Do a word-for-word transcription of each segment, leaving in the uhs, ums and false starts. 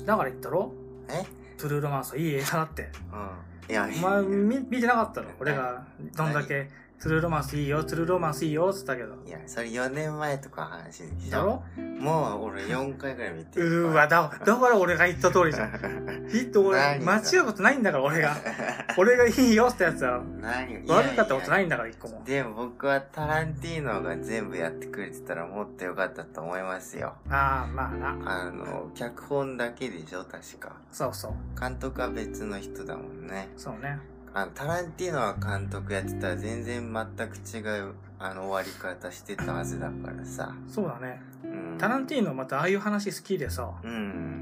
だから言ったろ。 えトゥルーロマンスはいい映画だって。 うん。いや、 お前見見てなかったの？俺がどんだけトゥルーロマンスいいよ、トゥルーロマンスいいよって言ったけど。 いや、それよねんまえとか話でしょ。 だろ？ もう俺よんかいぐらい見てうる。 ーわ、だ、だから俺が言った通りじゃん。ヒット俺、間違うことないんだから俺が。俺がいいよってやつは。 何悪かったことないんだから一個も。 でも僕はタランティーノが全部やってくれてたらもっと良かったと思いますよ。 ああ、まあな。 あの、脚本だけでしょ、確か。 そうそう。 監督は別の人だもんね。 そうね。 あの、タランティーノは監督やってたら全然全く違う、あの、終わり方してたはずだからさ。 そうだね。 うん、 タランティーノまたああいう話好きでさ、 うん。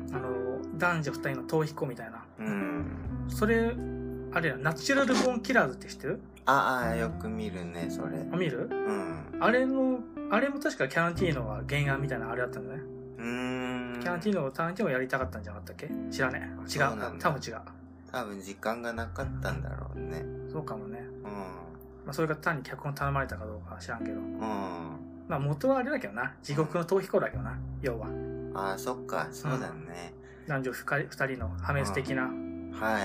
あの、男女二人の逃避行みたいな。 うん。 それ、あれや、ナチュラルボーンキラーズって知ってる？ ああ、よく見るね、それ。 あ、見る？ うん。 あれの、あれも確かキャランティーノが原案みたいなあれだったんだね。 うーん。 キャランティーノをタランティーノをやりたかったんじゃなかったっけ？知らねえ。違う。多分違う。 多分時間がなかったんだろうね。 そうかもね。 うん。 まあ、それが単に脚本頼まれたかどうかは知らんけど。 うん。 まあ元はあれだけどな。地獄の逃避行だけどな。要は。 ああ、そっか。そうだね。 うん、男女二人の破滅的な。うん、 はい。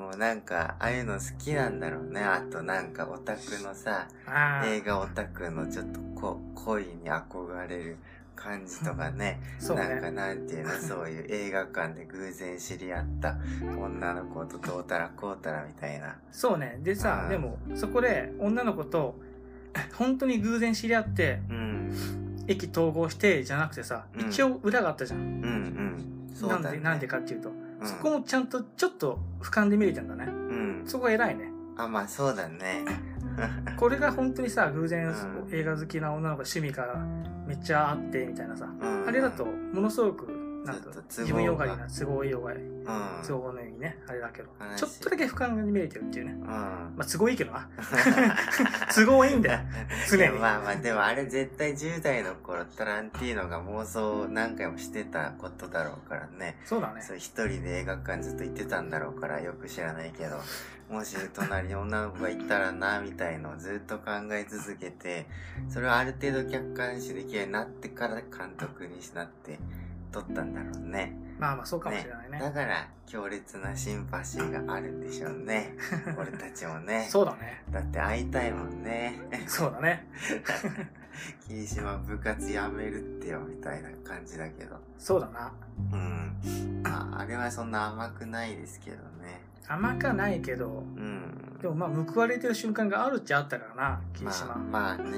もうなんか、ああいうの好きなんだろうね。あとなんかオタクのさ、映画オタクのちょっとこ恋に憧れる感じとかね。そうね。なんかなんていうの、そういう映画館で偶然知り合った女の子とどうたらこうたらみたいな。 そうね。でさ、でもそこで女の子と本当に偶然知り合って、うん、意気投合してじゃなくてさ、うん、一応裏があったじゃん。うんうん。そうだね。なんで、なんでかっていうと、うん、そこもちゃんとちょっと俯瞰で見れてんだね。うん。そこが偉いね。 あ、まあそうだね。 これが本当にさ、偶然、うん、映画好きな女の子趣味がめっちゃあってみたいなさ、うん、あれだとものすごくなんと自分よがりな都合よがり、うん、都合のいいねあれだけど、ちょっとだけ俯瞰に見れてるっていうね、うん、まあ都合いいけどな都合いいんだよ常に。 まあまあでもあれ絶対じゅう代の頃タランティーノが妄想を何回もしてたことだろうからね。 そうだね。 そう一人で映画館ずっと行ってたんだろうからよく知らないけど、もし隣に女の子がいたらなみたいのをずっと考え続けて、それをある程度客観視できるようになってから監督になって撮ったんだろうね。 まあまあそうかもしれないね。 ね、だから強烈なシンパシーがあるんでしょうね。俺たちもね。 そうだね。 だって会いたいもんね。 そうだね。 霧島部活やめるってよみたいな感じだけど。 そうだな。 うん。まああれはそんな甘くないですけどね。 甘くはないけど、うん、でもまあ報われてる瞬間があるっちゃあったからな、霧島。 まあ、まあね、うん。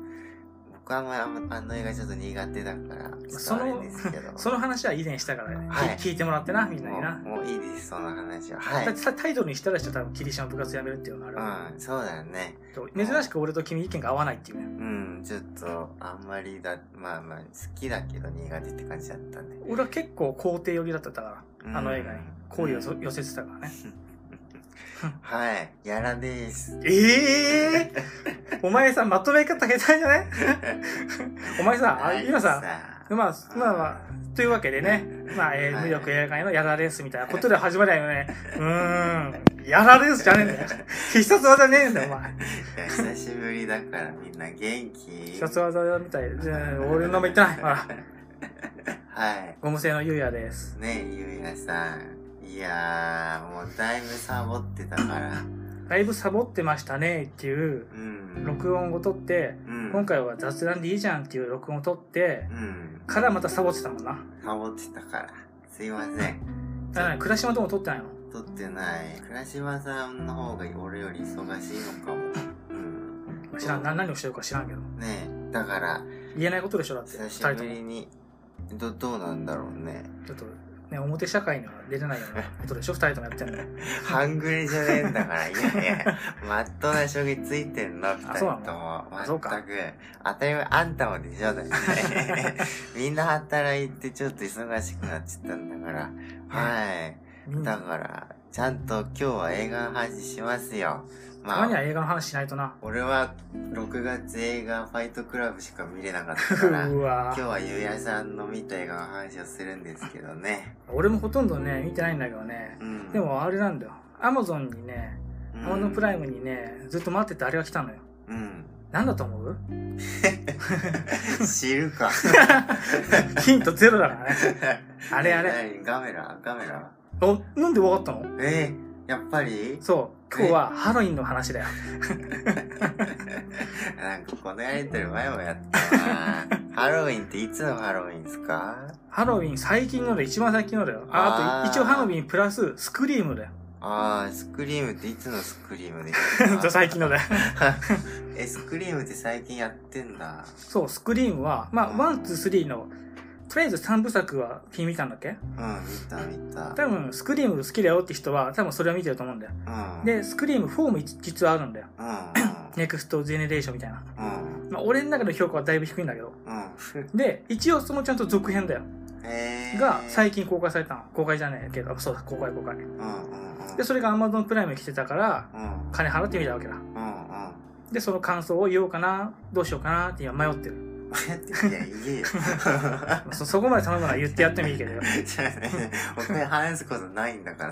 僕はあんまあの映画ちょっと苦手だから、 その、その話は以前したからね、はい、聞いてもらってな、みんなにな。 もう、もういいです、その話は。はい。 だってタイトルにしたらしょ、多分霧島部活やめるっていうのがある。うん、そうだよね。 珍しく俺と君意見が合わないっていうね。 うん、ちょっと、あんまりだ、まあまあ、好きだけど苦手って感じだったんで。 俺は結構肯定寄りだったから、あの映画に。好意を寄せてたからね。 はい。やらです。 ええー、お前さ、まとめ方下手じゃないお前さ、あ今さ、まあ、まあまあ、というわけでね、まあ、えー、無力映画界のやらレースみたいなことで始まりだよね。うーん、やらレースじゃねえんだよ。必殺技ねえんだよ、お前。 久しぶりだからみんな元気？ 必殺技みたい。俺の名前言ってない。ほら。 はい。 ゴム製のゆうやです。 ねえ、ゆうやさん。いやー、もうだいぶサボってたから。 だいぶサボってましたねっていう、録音を取って、うん、今回は雑談でいいじゃんっていう録音を取って、うん、からまたサボってたもんな。 サボってたから。すいません。 だから、倉島とも撮ってないの？ 撮ってない。倉島さんの方が俺より忙しいのかも。 うん。知らん、何をしてるか知らんけど。 ねえ、だから。 言えないことでしょ、だって。 久しぶりに。ど、どうなんだろうね。 ちょっと。ね、表社会には出れないようなことでしょ、二人ともやってんの。 半グレじゃねえんだから、いやいや、まっとうな将棋ついてんの、二人とも。全く。当たり前、あんたもでしょ、だって。みんな働いてちょっと忙しくなっちゃったんだから。はい。だから、ちゃんと今日は映画の話しますよ。 まあ、たまには映画の話しないとな。 俺はろくがつ映画ファイトクラブしか見れなかったからうわ今日はゆうやさんの見た映画の話をするんですけどね。 俺もほとんどね見てないんだけどね、うん、でもあれなんだよ、アマゾンにね、アマゾンプライムにねずっと待っててあれが来たのよ。うんなんだと思う？ 知るか。 ヒントゼロだからね。あれあれ。 ガメラガメラお、なんでわかったの？ えー、やっぱりそう。今日はハロウィンの話だよ。 なんかこのやりとり前もやったな。ハロウィンっていつのハロウィンですか？ ハロウィン最近ので一番最近のだよ。あ、あと一応ハロウィンプラススクリームだよ。 あー、スクリームっていつのスクリームで最近のだよ。 え、スクリームって最近やってんだ。 そう、スクリームは、まあ、ワン、ツー、スリーの、とりあえず三部作は君見たんだっけ？ うん、見た見た。 多分、スクリーム好きだよって人は、多分それを見てると思うんだよ。うん、で、スクリームフォーも実はあるんだよ。うん、ネクストジェネレーションみたいな。うん、まあ、俺の中の評価はだいぶ低いんだけど。うん、で、一応そのちゃんと続編だよ。へー。が、最近公開されたの。公開じゃねえけど、そうだ、公開公開。うんうん、で、それが Amazon プライムに来てたから、うん、金払ってみたわけだ。うんうん、で、その感想を言おうかな、どうしようかなって今迷ってる。 いや、言えよ。 そ、そこまで頼むなら言ってやってもいいけどよ。 僕に話すことないんだから。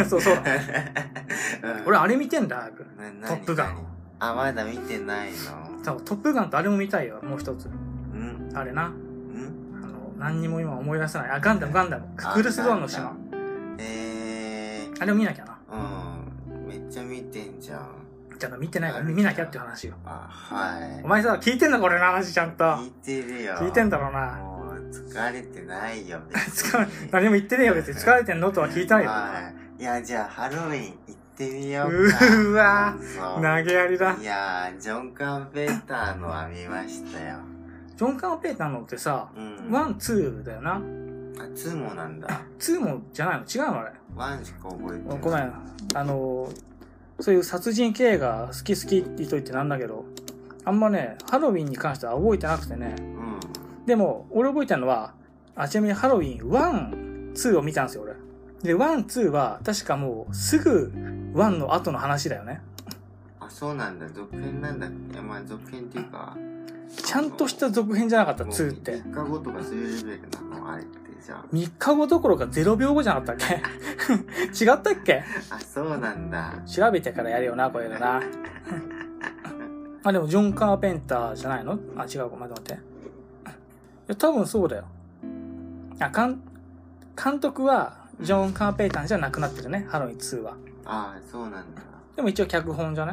そうそう。うん、俺あれ見てんだ、早く。トップガン。 あ、まだ見てないの？ そう、トップガンとあれも見たいよ、もう一つ。んあれな。んあの、何にも今思い出せない。あ、ガンダム、ガンダム。ククルスドアンの島。えー。あれを見なきゃな。 うん。めっちゃ見てんじゃん。 ちゃんと見てないから見なきゃっていう話よ。 あ、はい。 お前さ、聞いてんのこれの話ちゃんと。 聞いてるよ。 聞いてんだろうな。 もう、疲れてないよ、別に。 何も言ってねえよ、別に。疲れてんのとは聞いたいよ。 はい。いや、じゃあ、ハロウィン行ってみようか。 うーわー、投げやりだ。 いやー、ジョン・カンペーターのは見ましたよ。 ジョン・カンペーターのってさ、ワン、ツーだよな。 あ、ツーもなんだ。 ツーもじゃないの？違うのあれ。 ワンしか覚えてない。 ごめん。あのー、そういう殺人系が好き好きって言っといてなんだけど、あんまね、ハロウィンに関しては覚えてなくてね。うん、でも、俺覚えてるのは、あ、ちなみにハロウィンワン、ツーを見たんですよ、俺。で、ワン、ツーは、確かもう、すぐ、ワンの後の話だよね。 あ、そうなんだ。続編なんだっけ？まあ、続編っていうか。 ちゃんとした続編じゃなかった、ツーって。 みっかごとかそういうレベルなのあれって、じゃあ。 みっかごどころかゼロびょうごじゃなかったっけ？違ったっけ？ あ、そうなんだ。 調べてからやるよな、これがな。あ、でも、ジョン・カーペンターじゃないの？あ、違うか、待って待って。いや、多分そうだよ。あ、かん、監督は、ジョン・カーペンターじゃなくなってるね、ハロウィンツーは。 ああ、そうなんだ。 でも一応脚本じゃない？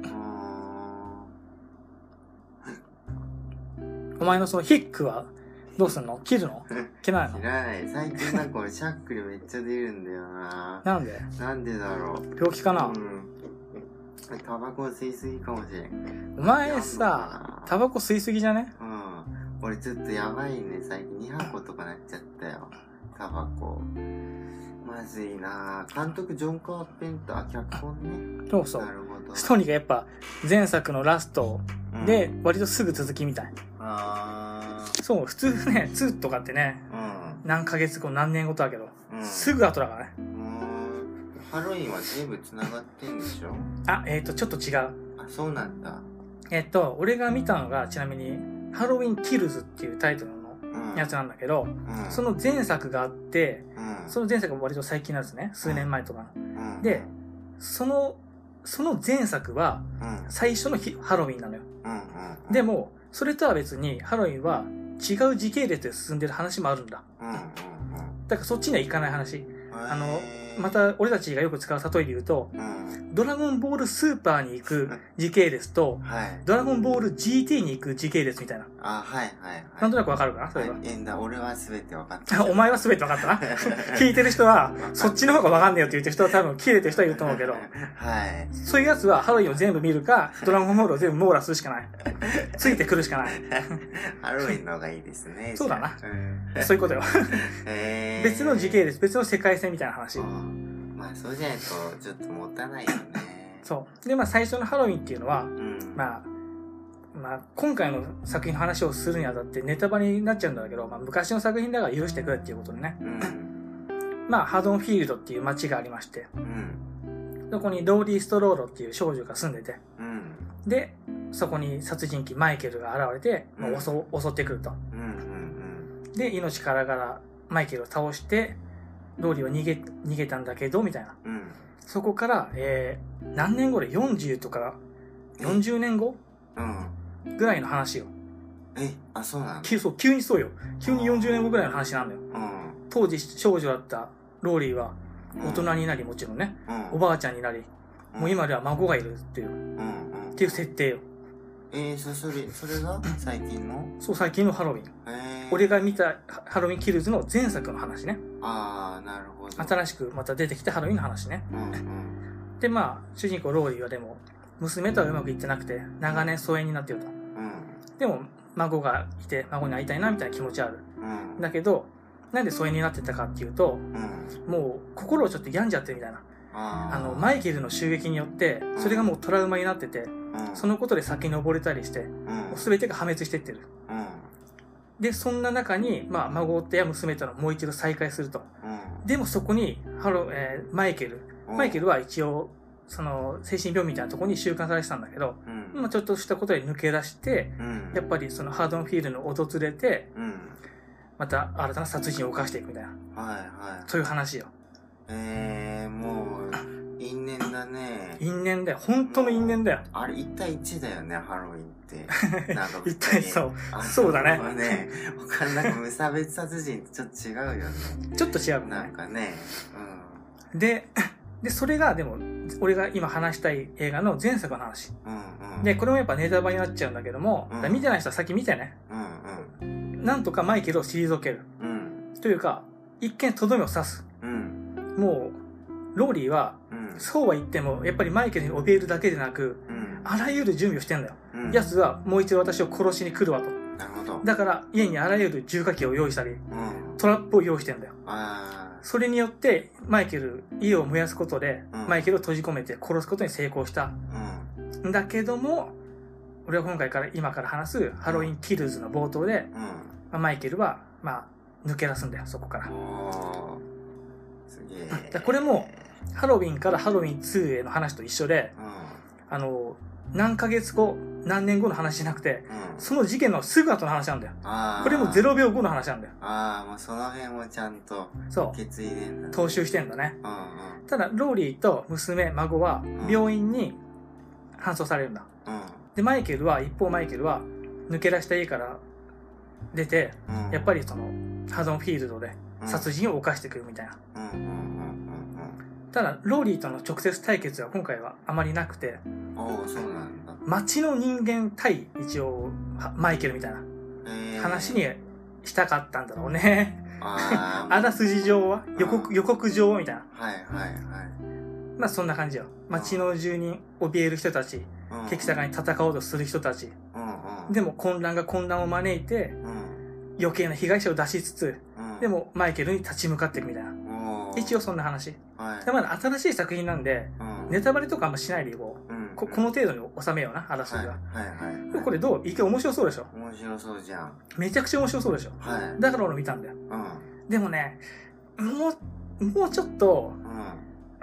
お前のそのヒックはどうすんの？切るの？切らないの？ 切らない。最近なんか俺シャックルめっちゃ出るんだよな。 なんで？ なんでだろう。 病気かな？うん。 タバコ吸いすぎかもしれん。 お前さ、タバコ吸いすぎじゃね？ うん。俺ちょっとやばいね。最近にはことかなっちゃったよ。タバコ。まずいなぁ。監督ジョン・カーペンター、脚本ね。 そうそう。なるほど。ストーリーがやっぱ前作のラストで割とすぐ続きみたい。うん、あそう、普通ね、ツーとかってね、うん、何ヶ月後、何年後とだけど、うん、すぐ後だからね。うん。 ハロウィンは全部繋がってんでしょ？ あ、えっと、ちょっと違う。 あ、そうなんだ。 えっと、俺が見たのが、ちなみに、ハロウィン・キルズっていうタイトルのやつなんだけど、うん、その前作があって、うん、その前作が割と最近なんですね。数年前とか。うん、で、その、その前作は、最初の日ハロウィンなのよ。でも、それとは別に、ハロウィンは違う時系列で進んでる話もあるんだ。だからそっちには行かない話。あの、また俺たちがよく使う例えで言うと、うん、ドラゴンボールスーパーに行く時系列と、はい、ドラゴンボール ジーティー に行く時系列みたいな。 あ、はいはいはい。 なんとなくわかるかな？それは。 えんだ、俺はすべてわかった。 お前はすべてわかったな。聞いてる人は、そっちの方がわかんねえよって言ってる人は多分切れてる人はいると思うけど、はい。そういうやつはハロウィンを全部見るか、ドラゴンボールを全部網羅するしかない。ついてくるしかない。 ハロウィンの方がいいですね。 そうだな。うん、そういうことよ。えー、別の時系列、別の世界線みたいな話。 まあそうじゃないとちょっと持たないよね。 そう。で、まあ最初のハロウィンっていうのは、うん、まあ、まあ今回の作品の話をするにあたってネタバレになっちゃうんだけど、まあ昔の作品だから許してくれっていうことでね。うん、まあハドンフィールドっていう街がありまして、うん、そこにローリー・ストローロっていう少女が住んでて、うん、で、そこに殺人鬼マイケルが現れて、まあ、襲、襲ってくると。うんうんうん、で、命からがらマイケルを倒して、ローリーは逃げ、逃げたんだけど、みたいな。うん、そこから、えー、何年後でよんじゅうとか、よんじゅうねんご、うん、 ぐらいの話よ。 え、あ、そうなんだ。 急、そう、急にそうよ。急によんじゅうねんごぐらいの話なんだよ。うん、当時少女だったローリーは大人になり、もちろんね、うん、おばあちゃんになり、うん、もう今では孫がいるっていう、うんうん、っていう設定よ。 えー、そ、それ、それが最近のそう、最近のハロウィン。えー、俺が見たハロウィンキルズの前作の話ね。 ああ、なるほど。 新しくまた出てきたハロウィンの話ね。うんうん、で、まあ、主人公ローリーはでも、娘とはうまくいってなくて、長年疎遠になってると。うん、でも、孫がいて、孫に会いたいなみたいな気持ちある。うん、だけど、なんで疎遠になってたかっていうと、うん、もう心をちょっと病んじゃってるみたいな。あの、マイケルの襲撃によって、それがもうトラウマになってて、うん、そのことで先に溺れたりして、うん、もう全てが破滅してってる。うん、で、そんな中に、まあ、孫や娘とのもう一度再会すると。うん、でもそこに、ハロ、えー、マイケル。マイケルは一応、その、精神病院みたいなところに収監されてたんだけど、うん、まあちょっとしたことで抜け出して、うん、やっぱりそのハードンフィールドを訪れて、うん、また新たな殺人を犯していくみたいな。はいはい。そういう話よ。 えー、もう、因縁だね。 因縁だよ。本当の因縁だよ。 あれ、いち対いちだよね、ハロウィンって。なんかいち対そう。そうだね。 ね。他のなんか無差別殺人とちょっと違うよね。 ちょっと違うね。 なんかね。 うん。で、で、それが、でも、俺が今話したい映画の前作の話。うんうん、で、これもやっぱネタバレになっちゃうんだけども、うん、見てない人は先見てね。うんうん、なんとかマイケルを退ける。うん、というか、一見とどめを刺す。うん、もう、ローリーは、うん、そうは言っても、やっぱりマイケルに怯えるだけでなく、うん、あらゆる準備をしてんだよ。うん、奴はもう一度私を殺しに来るわと。なるほど。だから、家にあらゆる重火器を用意したり、うん、トラップを用意してんだよ。それによって、マイケル、家を燃やすことで、うん、マイケルを閉じ込めて殺すことに成功した。うん、だけども、俺は今回から、今から話すハロウィンキルズの冒頭で、うんまあ、マイケルは、まあ、抜け出すんだよ、そこから。すげえ。これも、ハロウィンからハロウィンツーへの話と一緒で、うん、あの、何ヶ月後、何年後の話じゃなくて、うん、その事件のすぐ後の話なんだよ。これもゼロびょうごの話なんだよ。 ああ、もうその辺もちゃんと受け継いでんだ、ね。 踏襲してんだね。うんうん、ただ、ローリーと娘、孫は病院に搬送されるんだ。うん、で、マイケルは、一方マイケルは抜け出した家から出て、うん、やっぱりその、ハドンフィールドで殺人を犯してくるみたいな。ただ、ローリーとの直接対決は今回はあまりなくて、 ああ、そうなんだ。 街の人間対一応、マイケルみたいな話にしたかったんだろうね。ああらすじ上は予告、予告上みたいな。はいはいはい。まあそんな感じよ。街の住人、怯える人たち、敵坂に戦おうとする人たち。でも混乱が混乱を招いて、余計な被害者を出しつつ、でもマイケルに立ち向かっていくみたいな。一応そんな話。はい、でまだ新しい作品なんで、うん、ネタバレとかあんましないでいこう、うん、こ。この程度に収めような、あらすじは。はいはいはい、これどう？一見面白そうでしょ？ 面白そうじゃん。 めちゃくちゃ面白そうでしょ？はい、だから俺見たんだよ。うん、でもね、もう、もうちょっと、うん、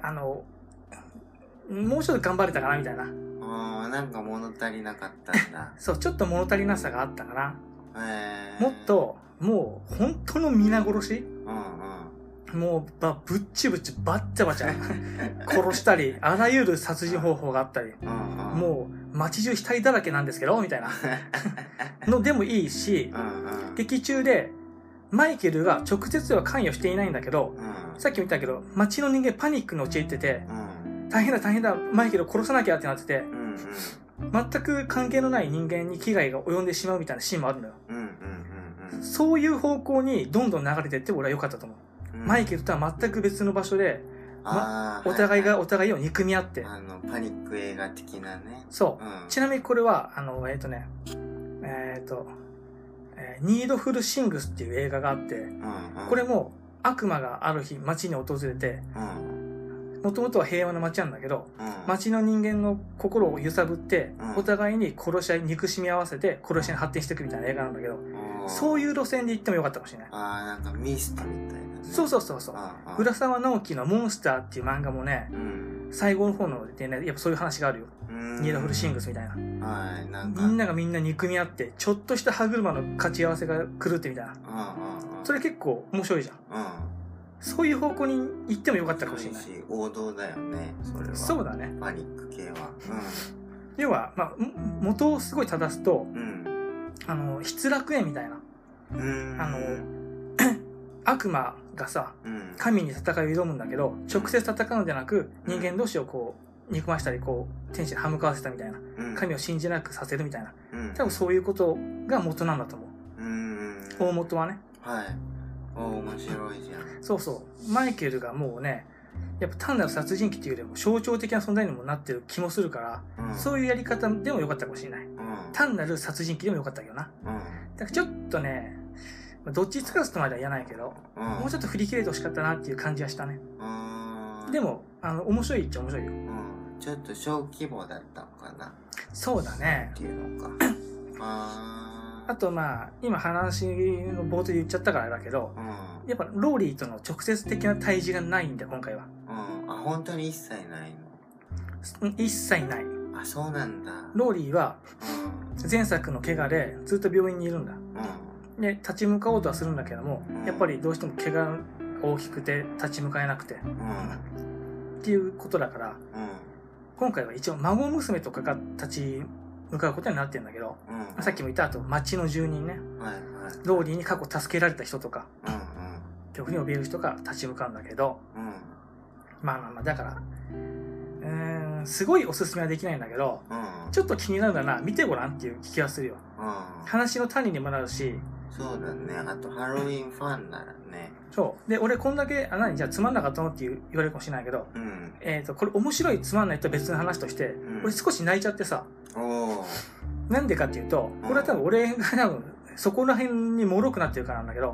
あの、もうちょっと頑張れたかなみたいな。 あなんか物足りなかったんだ。 そう、ちょっと物足りなさがあったかな。えー、もっと、もう、本当の皆殺し、うんもう、ば、ぶっちぶっち、ばっちゃばちゃ、殺したり、あらゆる殺人方法があったり、うんうん、もう、街中死体だらけなんですけど、みたいな。のでもいいし、うんうん、劇中で、マイケルが直接は関与していないんだけど、うん、さっきも言ったけど、街の人間パニックに陥ってて、うん、大変だ大変だ、マイケルを殺さなきゃってなってて、うんうん、全く関係のない人間に危害が及んでしまうみたいなシーンもあるのよ。うんうんうんうん、そういう方向にどんどん流れていって俺は良かったと思う。マイケルとは全く別の場所で、ま、お互いがお互いを憎み合って。 あの、パニック映画的なね。 そう。うん、ちなみにこれは、あの、えっ、ー、とね、えっ、ー、と、えー、ニードフルシングスっていう映画があって、うんうん、これも悪魔がある日街に訪れて、もともとは平和な街なんだけど、うん、街の人間の心を揺さぶって、うん、お互いに殺し合い、憎しみ合わせて殺し合いに発展していくみたいな映画なんだけど、うん、そういう路線で行ってもよかったかもしれない。 ああ、なんかミストみたいな、ね。 そうそうそうそう。浦沢直樹のモンスターっていう漫画もね、うん、最後の方のでね、やっぱそういう話があるよ。ニードフルシングスみたいな。はい、なんか。みんながみんな憎み合って、ちょっとした歯車の勝ち合わせが狂ってみたいな。うんうん、それ結構面白いじゃん。うん、そういう方向に行ってもよかったかもしれない。 王道だよね、それは。 そうだね。 パニック系は。 要は、まあ、元をすごい正すと、 うん、 あの、失楽園みたいな。あの、悪魔がさ、神に戦いを挑むんだけど、直接戦うんじゃなく、人間同士をこう、憎ましたり、こう、天使に歯向かわせたみたいな。神を信じなくさせるみたいな。多分そういうことが元なんだと思う。大元はね。 はい。お、面白いじゃん。 そうそう。マイケルがもうね、やっぱ単なる殺人鬼っていうよりも象徴的な存在にもなってる気もするから、うん、そういうやり方でもよかったかもしれない。うん、単なる殺人鬼でもよかったけどな。うん、だからちょっとね、どっちつかずとまでは言わないけど、うん、もうちょっと振り切れてほしかったなっていう感じはしたね。うん、でも、あの、面白いっちゃ面白いよ。うん、 ちょっと小規模だったのかな。 そうだね。 っていうのか。 ああとまあ、今話の冒頭で言っちゃったからだけど、うん、やっぱローリーとの直接的な対峙がないんだよ、今回は。 うん。あ、本当に一切ないの？一切ない。 あ、そうなんだ。 ローリーは、前作の怪我でずっと病院にいるんだ。うん、で、立ち向かおうとはするんだけども、うん、やっぱりどうしても怪我が大きくて立ち向かえなくて、うん、っていうことだから、うん、今回は一応孫娘とかが立ち向かうことになってるんだけど、うん、さっきも言った後、町の住人ね、はいはい、ローリーに過去助けられた人とか、うんうん、恐怖に怯える人が立ち向かうんだけど、うん、まあまあまあ、だから、うーん、すごいおすすめはできないんだけど、うん、ちょっと気になるなら見てごらんっていう気がするよ。うん、話の種にもなるし、 そうだね。あとハロウィンファンならね。 そう。で、俺こんだけ、あ、何じゃあつまんなかったのって言われるかもしれないけど、うん、えっと、これ面白いつまんないと別の話として、うん、俺少し泣いちゃってさ、おなんでかっていうと、これは多分俺が多分そこら辺に脆くなってるからなんだけど、うん、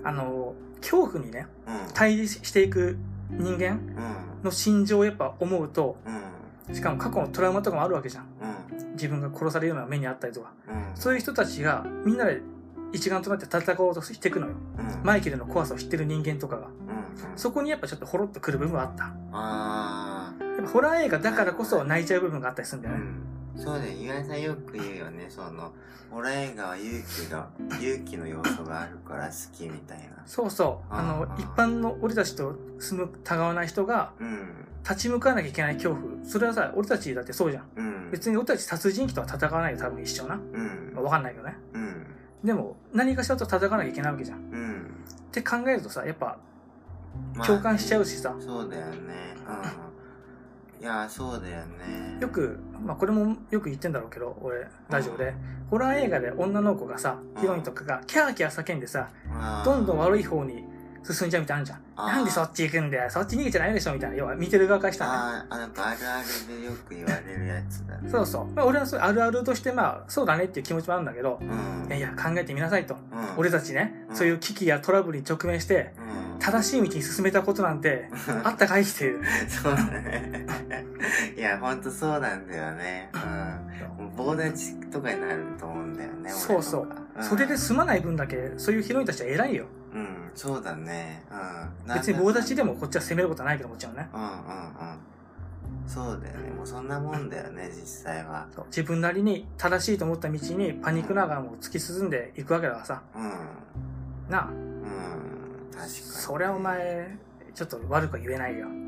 あの、恐怖にね、うん、対峙していく人間の心情をやっぱ思うと、うん、しかも過去のトラウマとかもあるわけじゃん。うん、自分が殺されるような目にあったりとか、うん、そういう人たちがみんなで一丸となって戦おうとしていくのよ。うん、マイケルの怖さを知ってる人間とかが。うん、そこにやっぱちょっとホロッとくる部分はあった。あやっぱホラー映画だからこそ泣いちゃう部分があったりするんだよね。うん、そうだよ。 岩井さんよく言うよね。その、ホラー映画は勇気が、勇気の要素があるから好きみたいな。 そうそう。あの、一般の俺たちと住むたがわない人が、立ち向かわなきゃいけない恐怖。それはさ、俺たちだってそうじゃん。うん、別に俺たち殺人鬼とは戦わないよ、多分一緒な。うん、まあ、わかんないけどね。うんでも、何かしらと戦わなきゃいけないわけじゃん。うん。って考えるとさ、やっぱ、共感しちゃうしさ。 まあ、そうだよね。うん。いや、そうだよね。 よく、まあこれもよく言ってんだろうけど、俺、ラジオで。うん、ホラー映画で女の子がさ、ヒロインとかがキャーキャー叫んでさ、うん、どんどん悪い方に進んじゃうみたいなのあるじゃん。なんでそっち行くんだよ。そっち逃げちゃないでしょみたいな。要は見てる側からしたら、 ね。ああ、なんかあるあるでよく言われるやつだね。 そうそう。まあ俺はそうあるあるとしてまあ、そうだねっていう気持ちもあるんだけど、うん、いやいや、考えてみなさいと。うん、俺たちね、うん、そういう危機やトラブルに直面して、うん、正しい道に進めたことなんて、あったかいっていう。 そうだね。いや、ほんとそうなんだよね。うん。棒立ちとかになると思うんだよね。 そうそう。うん、それで済まない分だけ、そういうヒロインたちは偉いよ。 うん、そうだね。うん。 別に棒立ちでもこっちは責めることはないけどもちろんね。 うんうんうん。そうだよね。もうそんなもんだよね、実際は。 そう。自分なりに正しいと思った道にパニックながらも突き進んでいくわけだからさ。うん。なあ。うん。確かに、ね。そりゃお前、ちょっと悪くは言えないよ。うん。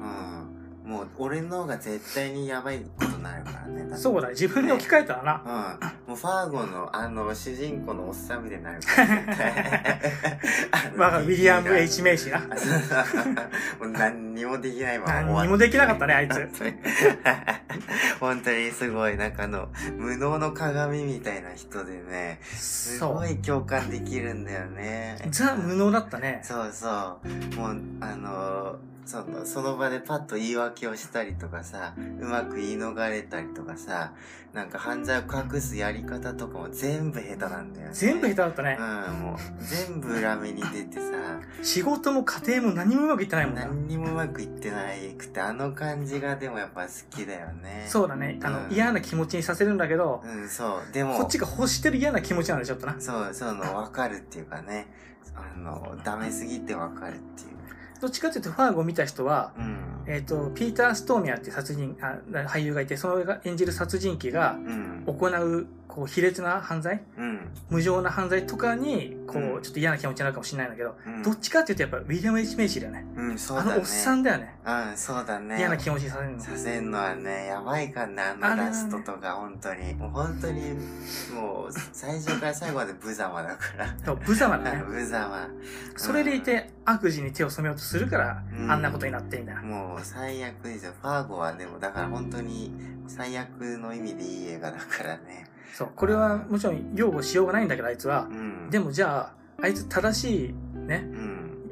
もう、俺の方が絶対にやばいことになるからね。 そうだ、自分に置き換えたらな。 うん。もう、ファーゴの、あの、主人公のおっさんみたいになるから、絶対。 まあ、ウィリアム・エイチ・メイシーな。 もう何にもできないまま。何にもできなかったね、あいつ。 本当にすごい、なんかあの、無能の鏡みたいな人でね、すごい共感できるんだよね。 ザ・無能だったね。 そうそう。もう、あの、その、その場でパッと言い訳をしたりとかさ、うまく言い逃れたりとかさ、なんか犯罪を隠すやり方とかも全部下手なんだよね。 全部下手だったね。 うん、もう、全部裏目に出てさ。 仕事も家庭も何もうまくいってないもんな。 何にもうまくいってないくて、あの感じがでもやっぱ好きだよね。 そうだね。あの、うん、嫌な気持ちにさせるんだけど、 うん、そう。でも、 こっちが欲してる嫌な気持ちなんでちょっとな。 そう、そうの、わかるっていうかね。あの、ダメすぎてわかるっていう。 どっちかっていうと、ファーゴを見た人は、うん、えっと、ピーター・ストーミアっていう殺人、あ俳優がいて、その演じる殺人鬼が行うこう卑劣な犯罪、うん、無情な犯罪とかにこう、うん、ちょっと嫌な気持ちになるかもしれないんだけど、うん、どっちかっていうとやっぱウィリアム・エイチ・メイシーだよね。 うん、そうだね。 あのおっさんだよね。 うん、そうだね。 嫌な気持ちにさせるの。 させるのはね、やばいからね、あのラストとか、本当に。もう本当に、もう、最初から最後まで無様だから。 そう、無様だね。 無様。 それでいて、悪事に手を染めようとするから、うん、あんなことになってみたいな。 もう、最悪ですよ。ファーゴはでも、だから本当に、最悪の意味でいい映画だからね。 そう、これはもちろん擁護しようがないんだけど、あいつは。うん、でもじゃあ、あいつ正しい、ね。うん、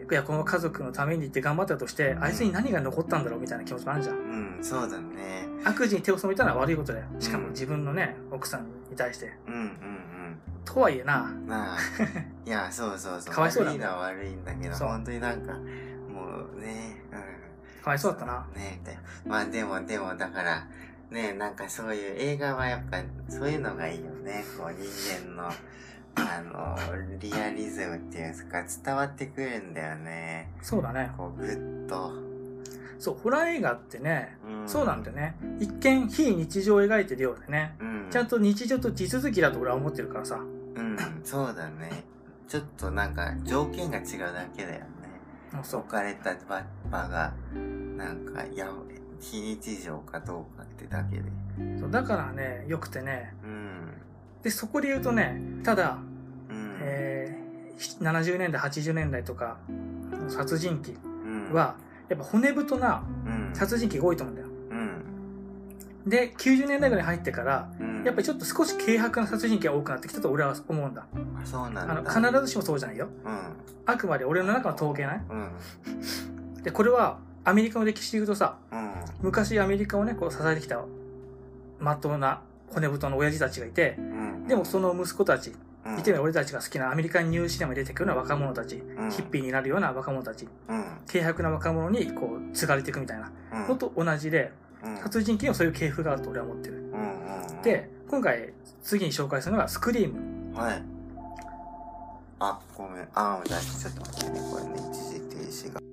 いや、この家族のためにって頑張ったとして、あいつに何が残ったんだろうみたいな気持ちもあるじゃん。 うん、そうだね。 悪事に手を染めたのは悪いことだよ。しかも自分のね、奥さんに対して。うんうんうん。とはいえな。 なあ。いや、そうそうそう。 かわいそうだ、ね。 悪いのは悪いんだけど、本当になんか、もうね、うん。 かわいそうだったな。 ねえ。まあでも、でも、だから、ねえ、なんかそういう映画はやっぱ、そういうのがいいよね。こう、人間の、あの、リアリズムっていうんですか、伝わってくるんだよね。 そうだね。 こう、ぐっと。 そう、ホラー映画ってね、うん、そうなんだよね。一見非日常を描いてるようでね、うん、ちゃんと日常と地続きだと俺は思ってるからさ。 うん、そうだね。ちょっとなんか条件が違うだけだよね。置かれた場が、なんか、や、非日常かどうかってだけで。 そうだからね、よくてね、うん、で、そこで言うとね、ただ、うん、えー、ななじゅうねんだい、はちじゅうねんだいとか、殺人鬼は、うんやっぱ骨太な殺人鬼が多いと思うんだよ。うん、で、きゅうじゅうねんだいぐらいに入ってから、うん、やっぱりちょっと少し軽薄な殺人鬼が多くなってきたと俺は思うんだ。 あ、そうなんだ。あの、 必ずしもそうじゃないよ。うん、あくまで俺の中の統計ね。うん、で、これはアメリカの歴史で言うとさ、うん、昔アメリカをね、こう支えてきた、まっとうな骨太の親父たちがいて、うん、でもその息子たち、言ってみれば俺たちが好きなアメリカンニューシネマに出てくるような若者たち、うん、ヒッピーになるような若者たち、うん、軽薄な若者にこう継がれていくみたいなのと同じで、うん、殺人鬼にもそういう系譜があると俺は思ってる。うんうんうん、で、今回次に紹介するのがスクリーム。はい。 あ、ごめん。あ、じゃあちょっと待ってね。これね、一時停止が。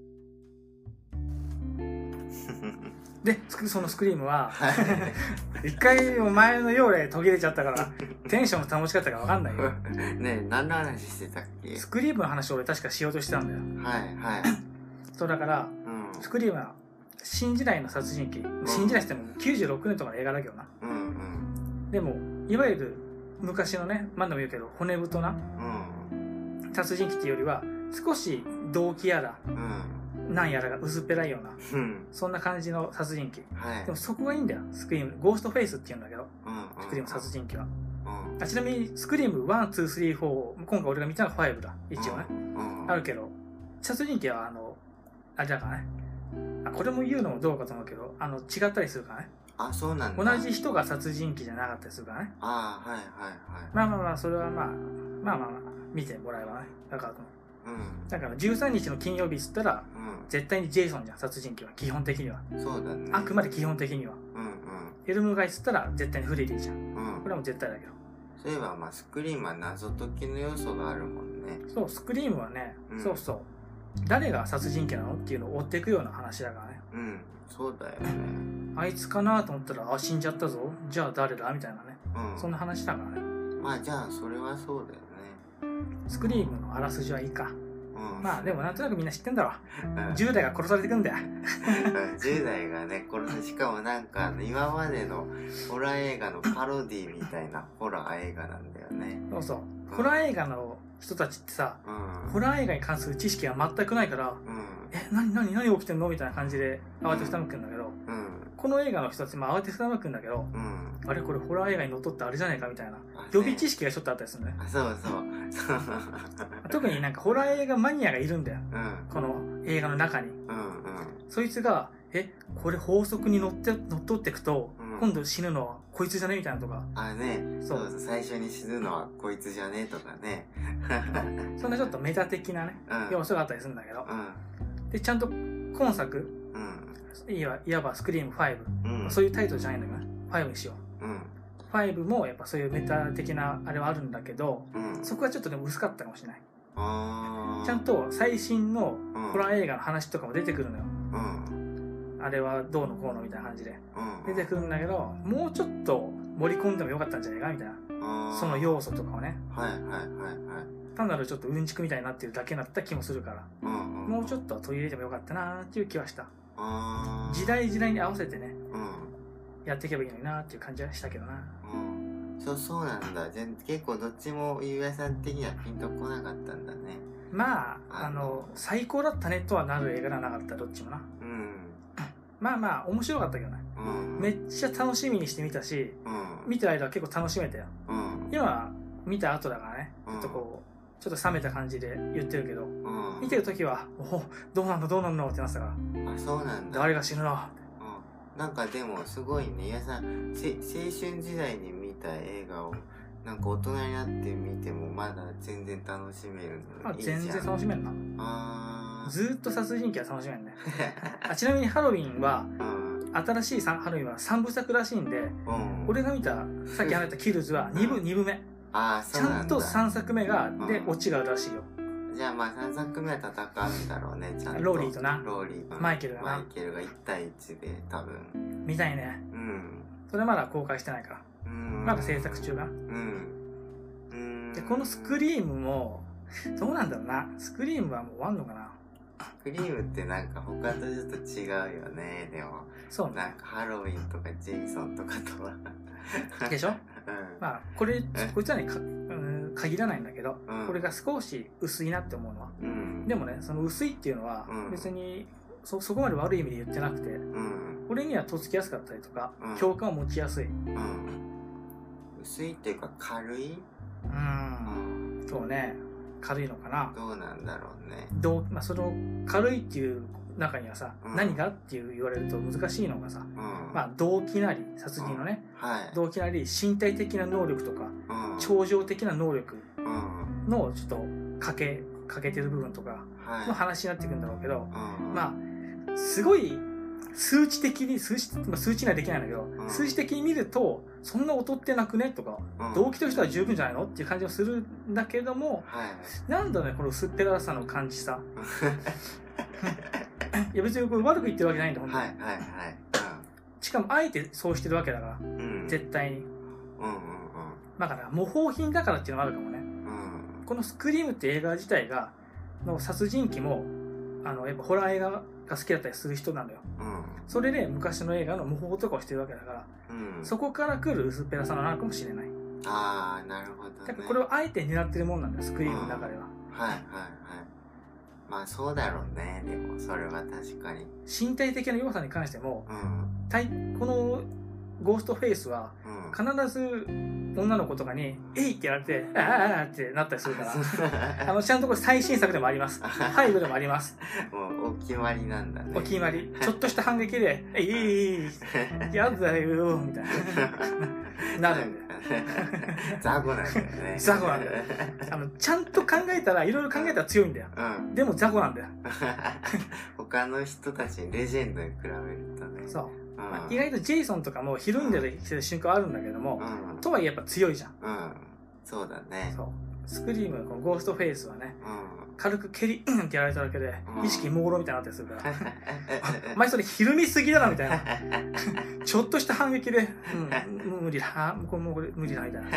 で、そのスクリームは、一回前のようで途切れちゃったから、テンションの保ち方がわかんないよ。 ねえ、何の話してたっけ？ スクリームの話を俺確かしようとしてたんだよ。 はいはい。 そうだから、うん、スクリームは新時代の殺人鬼。うん、新時代ってもきゅうじゅうろくねんとかの映画だけどな。うんうん、でも、いわゆる昔のね、何度も言うけど、骨太な、うん、殺人鬼っていうよりは、少し動機やら、うん、なんやらが薄っぺらいような、うん、そんな感じの殺人鬼。はい、でもそこがいいんだよ、スクリーム。ゴーストフェイスって言うんだけど、うんうん、スクリーム殺人鬼は。うん、あちなみに、スクリームワン、ツー、スリー、フォー、今回俺が見たのはファイブだ、一応ね。うんうん、あるけど、殺人鬼はあの、あれだからね。あ、これも言うのもどうかと思うけど、あの、違ったりするからね。 あ、そうなんだ。 同じ人が殺人鬼じゃなかったりするからね。 ああ、はいはいはい。 まあまあまあ、それはまあ、まあまあまあ、見てもらえばね。だから、うん。だから、じゅうさんにちの金曜日っつったら、うん、絶対にジェイソンじゃん、殺人鬼は。基本的には。 そうだね。 あくまで基本的には。うんうん。エルム街っつったら、絶対にフレディじゃん。うん。これはもう絶対だけど。 そういえば、まあ、スクリームは謎解きの要素があるもんね。 そう、スクリームはね、うん、そうそう。誰が殺人鬼なのっていうのを追っていくような話だからね。 うん、そうだよね。 あいつかなと思ったら、あ、死んじゃったぞ。じゃあ誰だみたいなね。うん。そんな話だからね。 まあじゃあ、それはそうだよね。 スクリームのあらすじはいいか。うん。まあでもなんとなくみんな知ってんだろ。うん、じゅう代が殺されてくんだよ。 じゅう代がね、殺され、しかもなんか、今までのホラー映画のパロディみたいなホラー映画なんだよね。 そうそう。うん、ホラー映画の人たちってさ、うん、ホラー映画に関する知識が全くないから、うん、え、なになに何起きてんのみたいな感じで慌てふためくんだけど、うん、この映画の人たちも慌てふためくんだけど、うん、あれこれホラー映画にのっとってあれじゃねえかみたいな、予備知識がちょっとあったりするね。 あ、そうそう。 特になんかホラー映画マニアがいるんだよ。うん、この映画の中に。うんうん、そいつが、え、これ法則にのって乗っ取っていくと、うん、今度死ぬのはこいつじゃねみたいなとか。 あ、ね。そう。そう最初に死ぬのはこいつじゃねとかね。 そんなちょっとメタ的なね、うん、要素があったりするんだけど。うん、で、ちゃんと今作、うん、いわいわばスクリームファイブ、うん、そういうタイトルじゃないんだけどね。ファイブにしよう。うん、ファイブもやっぱそういうメタ的なあれはあるんだけど、うん、そこはちょっとでも薄かったかもしれない。あちゃんと最新のホラー映画の話とかも出てくるのよ。うん、あれはどうのこうのみたいな感じで、うん、出てくるんだけど、もうちょっと盛り込んでもよかったんじゃないかみたいな。その要素とかをね。 はいはいはいはい。 単なるちょっとうんちくみたいになってるだけになった気もするから、うんうん、もうちょっと取り入れてもよかったなーっていう気はした。時代時代に合わせてね、うん、やっていけばいいのになーっていう感じはしたけどな。 うん、そうそうなんだ。じゃ結構どっちもゆうやさん的にはピンとこなかったんだね。 まあ、あの、最高だったねとはなる映画ではなかった、どっちもな。うん。まあまあ、面白かったけどね。うん、めっちゃ楽しみにしてみたし、うん、見てる間は結構楽しめたよ。うん、今、見た後だからね、ちょっとこう、ちょっと冷めた感じで言ってるけど、うん、見てる時は、おお、どうなんのどうなんのってなってたから。 あ、そうなんだ。 誰が死ぬの、 うん、なんかでもすごいね、いやさん、青春時代に見た映画を、なんか大人になって見てもまだ全然楽しめるの。 あ、全然楽しめるな。あずーっと殺人鬼は楽しめるね。あ、ちなみにハロウィンは、うん、新しいハロウィンはさんぶさくらしいんで、うん、俺が見た、さっき話したキルズはにぶ、にぶめ。 あ、そうなんだ。 ちゃんとさんさくめが、で、オチがあるらしいよ。 じゃあまあさんさくめは戦うんだろうね、ちゃんと。 ローリーとな。 ローリーとマイケルがな。 マイケルがいちたいいちで、多分。 見たいね。うん。それまだ公開してないから。うん。まだ制作中が。うん。うん。で、このスクリームも、どうなんだろうな。スクリームはもう終わんのかな。 スクリームってなんか他とちょっと違うよね、でも。そうね。なんかハロウィンとかジェイソンとかとは。 でしょ、うん、まあ、これ、こいつはね、か、うん、限らないんだけど、うん、これが少し薄いなって思うのは。うん、でもね、その薄いっていうのは、別に、そ、そこまで悪い意味で言ってなくて、うん、俺にはとっつきやすかったりとか、うん、共感を持ちやすい。うん、 薄いっていうか軽い？ うん。うん、そうね。軽いのかな。 どうなんだろうね。 どう、まあ、その、軽いっていう中にはさ、うん、何がっていう言われると難しいのがさ、うん、まあ、動機なり、殺人のね、うんはい、動機なり、身体的な能力とか、うん、超常的な能力の、ちょっと、欠け、欠けてる部分とか、の話になってくるんだろうけど、はい、まあ、すごい、数値的に、数値、まあ、数値にはできないんだけど、うん、数値的に見ると、そんな劣ってなくねとか、うん、動機としては十分じゃないのっていう感じはするんだけども、はい、なんだね、この薄っぺらさの感じさ。いや別にこれ悪く言ってるわけないんだ、ほんとに。はいはいはい。うん、しかも、あえてそうしてるわけだから、うん、絶対に。うんうんうん。だから、模倣品だからっていうのもあるかもね。うん、このスクリームって映画自体が、の殺人鬼も、あの、やっぱホラー映画が好きだったりする人なのよ。うん、それで昔の映画の模倣とかをしてるわけだから、うん、そこから来る薄っぺらさなのかもしれない。 ああ、なるほどね。 だからこれをあえて狙ってるもんなんだよ、スクリームの中では。 うん、はいはいはい。まあそうだろうね、でもそれは確かに。 身体的な弱さに関しても、うん、このゴーストフェイスは、必ず女の子とかに、えいってやられて、あああってなったりするから、あの、ちゃんとこれ最新作でもあります。背後でもあります。 もうお決まりなんだね。 お決まり。ちょっとした反撃で、えいえいやだよ、みたいな。なるんだよ。 雑魚なんだよね。 雑魚なんだよ。あの、ちゃんと考えたら、いろいろ考えたら強いんだよ。うん、でも雑魚なんだよ。 他の人たちにレジェンドに比べるとね。そう。 まあ、意外とジェイソンとかもひるんでる瞬間あるんだけども、うん、とはいえやっぱ強いじゃん。うん。 そうだね。そう。 スクリームのこのゴーストフェイスはね、うん、軽く蹴り、うんってやられただけで、うん、意識朦朧みたいになったりするから。お前それひるみすぎだなみたいな。ちょっとした反撃で、うん、無理だ、もうこれ無理だみたいな。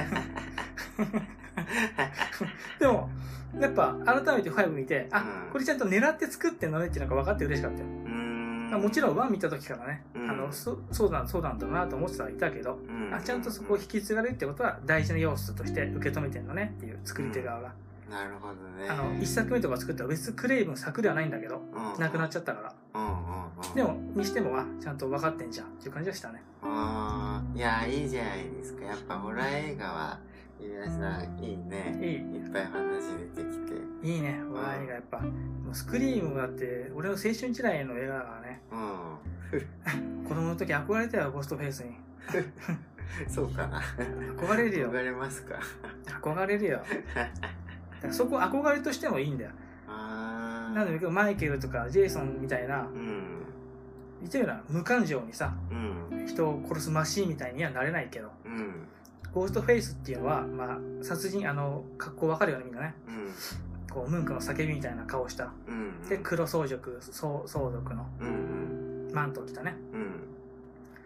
でも、やっぱ改めてファイブ見て、あ、これちゃんと狙って作ってんのねっていうのが分かって嬉しかったよ。もちろんワン見た時からね、うん、あのそそうだそうなんだなと思ってはいたけど、うん、あちゃんとそこを引き継がれるってことは大事な要素として受け止めてんのねっていう作り手側が、 うん、なるほどね。 あの一作目とか作ったら別にクレイブン作ではないんだけど、うん、なくなっちゃったから、うんうんうん、でもにしてもはちゃんと分かってんじゃんっていう感じはしたね。 あいやいいじゃないですか。やっぱホラー映画は皆さんいいね。いい。いっぱい話出てきて。 いいね、ホラー映画やっぱ。もうスクリームだって、俺の青春時代の映画だからね。うん。子供の時憧れたよ、ゴーストフェイスに。 そうかな。 憧れるよ。 憧れますか。 憧れるよ。そこ憧れとしてもいいんだよ。あー。なんでマイケルとかジェイソンみたいな、うん。言ったような無感情にさ、うん、人を殺すマシーンみたいにはなれないけど、うん。ゴーストフェイスっていうのは、まあ、殺人、あの、格好わかるよね、みんなね。うん、こう、ムンクの叫びみたいな顔した。うんうん、で、黒装束、装束の、うんうん、マントを着たね。うん、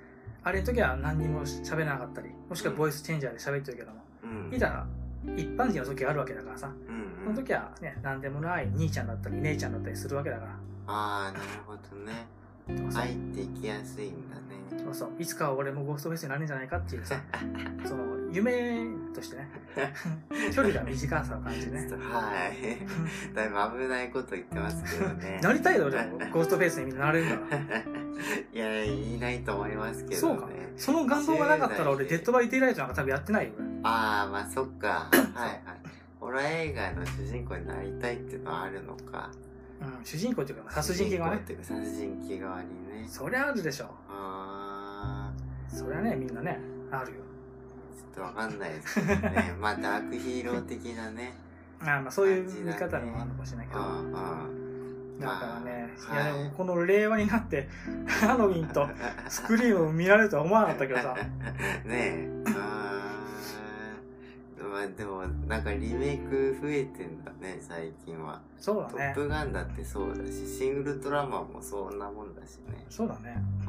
あれの時は何にも喋らなかったり、もしくはボイスチェンジャーで喋ってるけども、うん、いざ一般人の時があるわけだからさ、うんうん、その時はね、何でもない兄ちゃんだったり姉ちゃんだったりするわけだから。 ああ、なるほどね。入っていきやすいんだね。 そうそう。いつかは俺もゴーストフェイスになるんじゃないかっていうさ、その夢としてね、距離が短さを感じね。 はい。だいぶ危ないこと言ってますけどね。 なりたいよ、でも、ゴーストフェイスにみんななれるんだから。 いや、いないと思いますけどね。 そうか。その願望がなかったら俺、デッドバイデイライトなんか多分やってないよ、俺。 ああ、まあそっか。はいはい。ホラー映画の主人公になりたいっていうのはあるのか。 うん、主人公っていうか、殺人鬼側ね。 主人公っていうか、殺人鬼側にね。 そりゃあるでしょ。 ああ。そりゃね、みんなね、あるよ。 ちょっとわかんないですけどね。まあ、ダークヒーロー的なね。 ああ、まあそういう見方もあるのかもしれないけど。ああ。だからね、まあ、いやでもこの令和になってハロウィンとスクリームを見られるとは思わなかったけどさ。 ねえ。あまあでもなんかリメイク増えてんだね最近は。 そうだね。 トップガンだってそうだし、シン・ウルトラマンもそんなもんだしね。 そうだね。うん。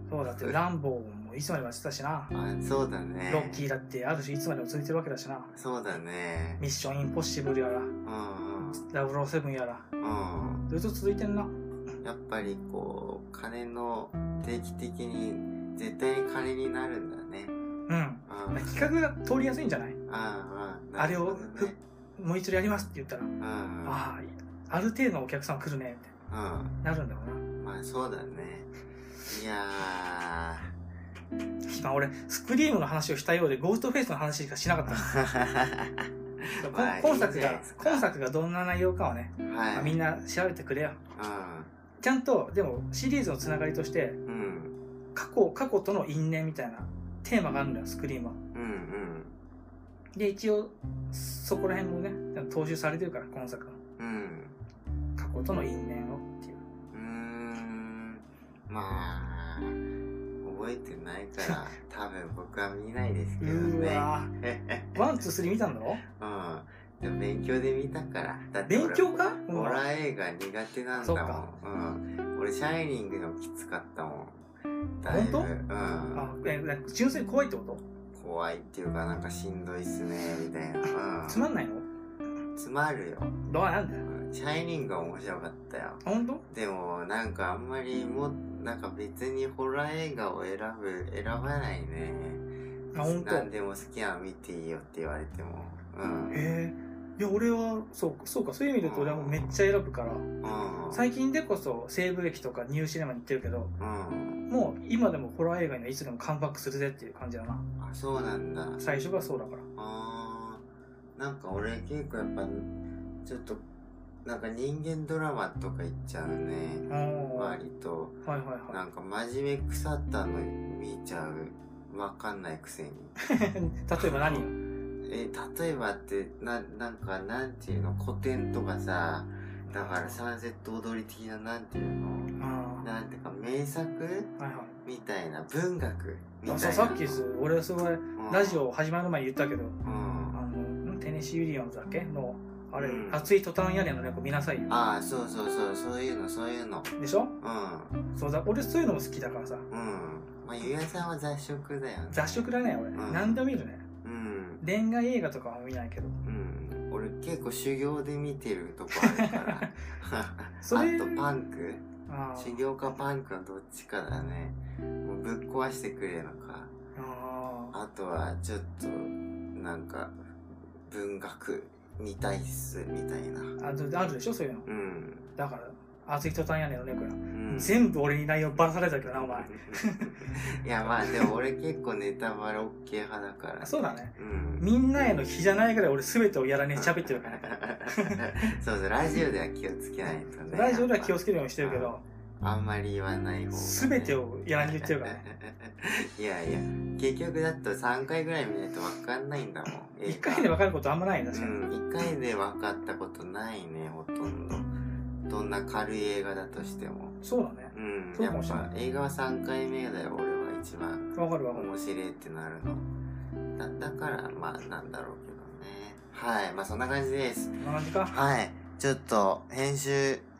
そうだってランボーもいつまでもやってたしな。 あ、そうだね。 ロッキーだってある種いつまでも続いてるわけだしな。 そうだね。 ミッションインポッシブルやら、うんうん、ダブルオーセブンやら、うん、ずっと続いてんな。 やっぱりこう金の定期的に絶対に金になるんだね。 うん。うん、企画が通りやすいんじゃない？ああ、あれを、ね、もう一度やりますって言ったら、うん、ああ、ある程度のお客さん来るねって、うん、なるんだろうな。まあそうだね。いやー。今俺、スクリームの話をしたようで、ゴーストフェイスの話しかしなかったまあ、今作が、今作がどんな内容かはね、はいまあ、みんな調べてくれよ。うん、ちゃんと、でもシリーズのつながりとして、うん、過去、過去との因縁みたいなテーマがあるんだよ、スクリームは。うんうん、で、一応、そこら辺もね、踏襲されてるから、今作は。うん、過去との因縁をっていう。うーん、 まあ、覚えてないから、多分僕は見ないですけどね。うわワン、ツー、スリー見たんだろ？ うん。でも勉強で見たから。 だって勉強か？ ホラー映画苦手なんだもん。うん。俺、シャイニングのきつかったもん。 本当？うん。あ、え、純粋に怖いってこと？ 怖いっていうか、なんかしんどいっすね、みたいな。 うん。つまんないの？ つまるよ。 どうなんだよ。 シャイニングが面白かったよ。 本当？ でも、なんかあんまりも、なんか別にホラー映画を選ぶ、選ばないね。 あ、本当？ 何でも好きなの見ていいよって言われても。うん。 へえ。いや、俺は、そうか、そうか、そういう意味で言うと俺はもうめっちゃ選ぶから。うん。最近でこそ西部劇とかニューシネマに行ってるけど、うん。もう今でもホラー映画にはいつでもカムバックするぜっていう感じだな。 あ、そうなんだ。 最初がそうだから。 あー。なんか俺結構やっぱ、ちょっと、なんか人間ドラマとか言っちゃうね。割と。はいはいはい。なんか真面目腐ったの見ちゃう。わかんないくせに。 例えば何？ え、例えばって、な、なんか、なんていうの、古典とかさ、だからサンセット踊り的な、なんていうのなんていうか、名作、はいはい、みたいな、文学みたいな。 さっき俺はすごい、うん、ラジオ始まる前に言ったけど、うん、あの、テネシー・ウィリアムズだっけの、あれ、うん、熱いトタン屋根の猫見なさいよ。 ああ、そうそうそう、そういうの、そういうの。 でしょ？うん。そうだ、俺そういうのも好きだからさ。うん。 まあ、ゆうやさんは雑食だよね。 雑食だね、俺。うん、何でも見るね。うん。恋愛映画とかは見ないけど。うん。 俺結構修行で見てるとこあるから。それあとパンクあ修行かパンクはどっちかだね。もうぶっ壊してくれるのか。ああとはちょっと、なんか、文学。見たいっすみたいなあ, あるでしょそういうの、うん、だから熱いトタン屋根の猫や、うん、全部俺に内容ばらされたけどなお前いやまあでも俺結構ネタバレ OK 派だから、ね、 そうだね、うん、みんなへの日じゃないぐらい俺全てをやらねえ喋ってるからそうそうラジオでは気をつけないとねラジオでは気をつけるようにしてるけどあんまり言わない方が、ね、 全てをやらに言ってるからねいやいや結局だとさんかいぐらい見ないと分かんないんだもんいっかいで分かることあんまないんだ確かに、 うん、いっかいで分かったことないねほとんどどんな軽い映画だとしてもそうだねうんやっぱ映画はさんかいめだよ俺は一番分かる分かる面白いってなるの だ, だからまあなんだろうけどねはいまあそんな感じですそんな感じかはいちょっと編集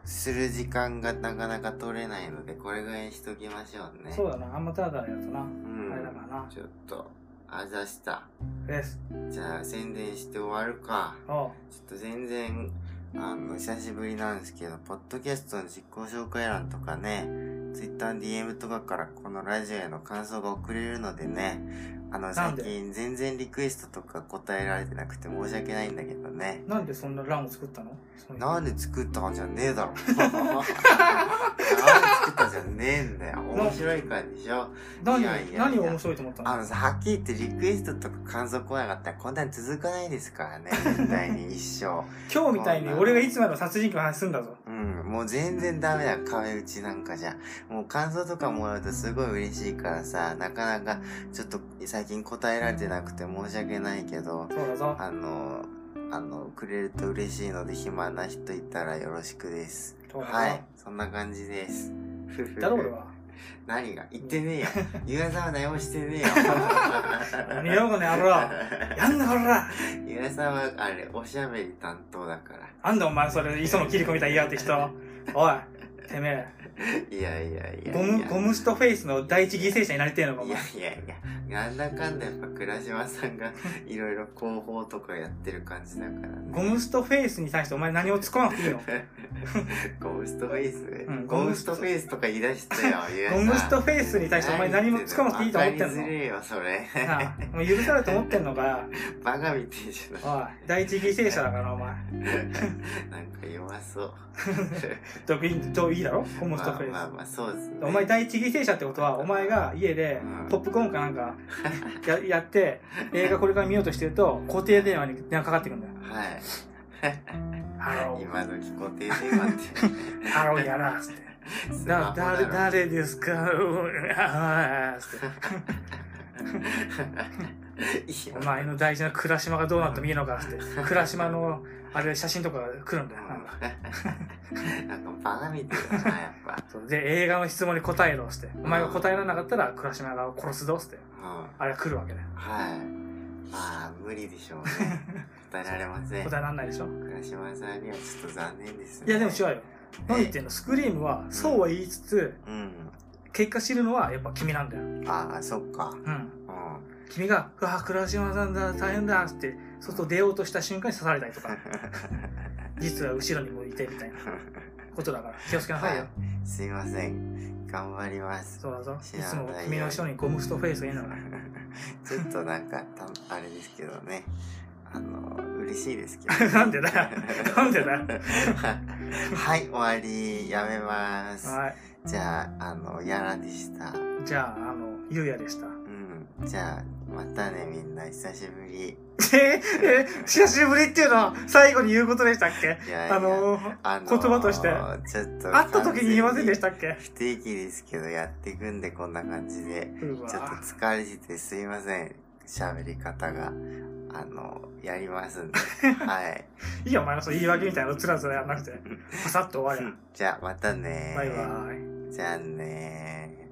する時間がなかなか取れないので、これぐらいにしときましょうね。 そうだな、あんまただやとな。 うん。 あれだからな。 ちょっと、あざした。 です。 じゃあ、宣伝して終わるか。 おう。 ちょっと全然、あの、久しぶりなんですけど、ポッドキャストの実行紹介欄とかね、Twitter の ディーエム とかからこのラジオへの感想が送れるのでね、あの、最近全然リクエストとか答えられてなくて申し訳ないんだけどね。 なんでそんな欄を作ったの？ なんで作ったんじゃねえだろ。なんで作ったんじゃねえんだよ。面白いからでしょ。 何、いやいや何を面白いと思ったの？ あのさ、はっきり言ってリクエストとか感想来なかったらこんなに続かないですからね。絶対に一生。 今日みたいに俺がいつまでも殺人鬼の話すんだぞ。 うん、もう全然ダメだ、壁打ちなんかじゃ。もう感想とかもらうとすごい嬉しいからさ、なかなかちょっと最近答えられてなくて申し訳ないけど、 そうだぞ。 あの、あの、くれると嬉しいので暇な人いたらよろしくです。はい、そんな感じです。 だろ俺は。 何が言ってねえよ。ゆうやさんは何もしてねえよ。 何やろうかね、あら。やんな、ほら。 ゆうやさんは、あれ、おしゃべり担当だから。 なんだお前それ、磯野切り込みたい嫌って人。おい、てめえ。 いやいやいやゴム、ゴムストフェイスの第一犠牲者になりてえのか、お前。 いやいやいや、なんだかんだやっぱ倉島さんがいろいろ広報とかやってる感じだからね。 ゴムストフェイスに対してお前何を突っ込まなくていいの？ ゴムストフェイス、 うん、 ゴムストフェイスとか言い出したよ、 ゴムストフェイスに対してお前何も突っ込まなくていいと思ってんの？ わかりづれえよ、それ。 なあ、もう許されると思ってんのか。 バカみてえじゃん。おい、第一犠牲者だからお前。 なんか弱そう。 どういい、どういいだろゴムストフェイス。 まあまあまあ、そうですね。 お前第一犠牲者ってことは、お前が家でポップコーンかなんかや、やって、映画これから見ようとしてると、固定電話に電話かかってくるんだよ。 はい。 ハロー。 今時固定電話って。 ハローやらーって。だ、誰、誰ですかあーって。お前の大事な倉島がどうなってもいいのかって。倉島の、あれ、写真とかが来るんだよ。なんか。 なんかバカみたいだな、やっぱ。 で、映画の質問に答えろって。お前が答えられなかったら、倉島が殺すぞって。あれが来るわけだよ。 はい。まあ、無理でしょうね。答えられません。 答えられないでしょ。 倉島さんにはちょっと残念ですね。 いや、でも違うよ。何言ってんの？スクリームは、そうは言いつつ、うん、結果知るのはやっぱ君なんだよ。 ああ、そっか。うん。うん、 君が、うわ、倉島さんだ、大変だって、外出ようとした瞬間に刺されたりとか、実は後ろにもいてみたいなことだから、気をつけなさいよ。はい、 すいません。頑張ります。 そうだぞ。いつも君の後ろにゴムストフェイスがいいんだから。 ちょっとなんか、あれですけどね。あの、嬉しいですけど、 ね。なんでだよ。なんでだよ。 はい、終わり。やめます。 はい。 じゃあ、あの、やらでした。 じゃあ、あの、ゆうやでした。 うん。じゃあ、またね、みんな、久しぶり。 ええ久しぶりっていうのは最後に言うことでしたっけ？ いやいやあのー、あのー、言葉として。 ちょっと。 会った時に言いませんでしたっけ？ 不定期ですけど、やっていくんで、こんな感じで。ちょっと疲れててすいません。喋り方が。あの、やりますんで。はい。 いいよ、お前のそう言い訳みたいなのつらつらやらなくて。パサッと終わり。 じゃあ、またねー。 バイバイ。 じゃあねー。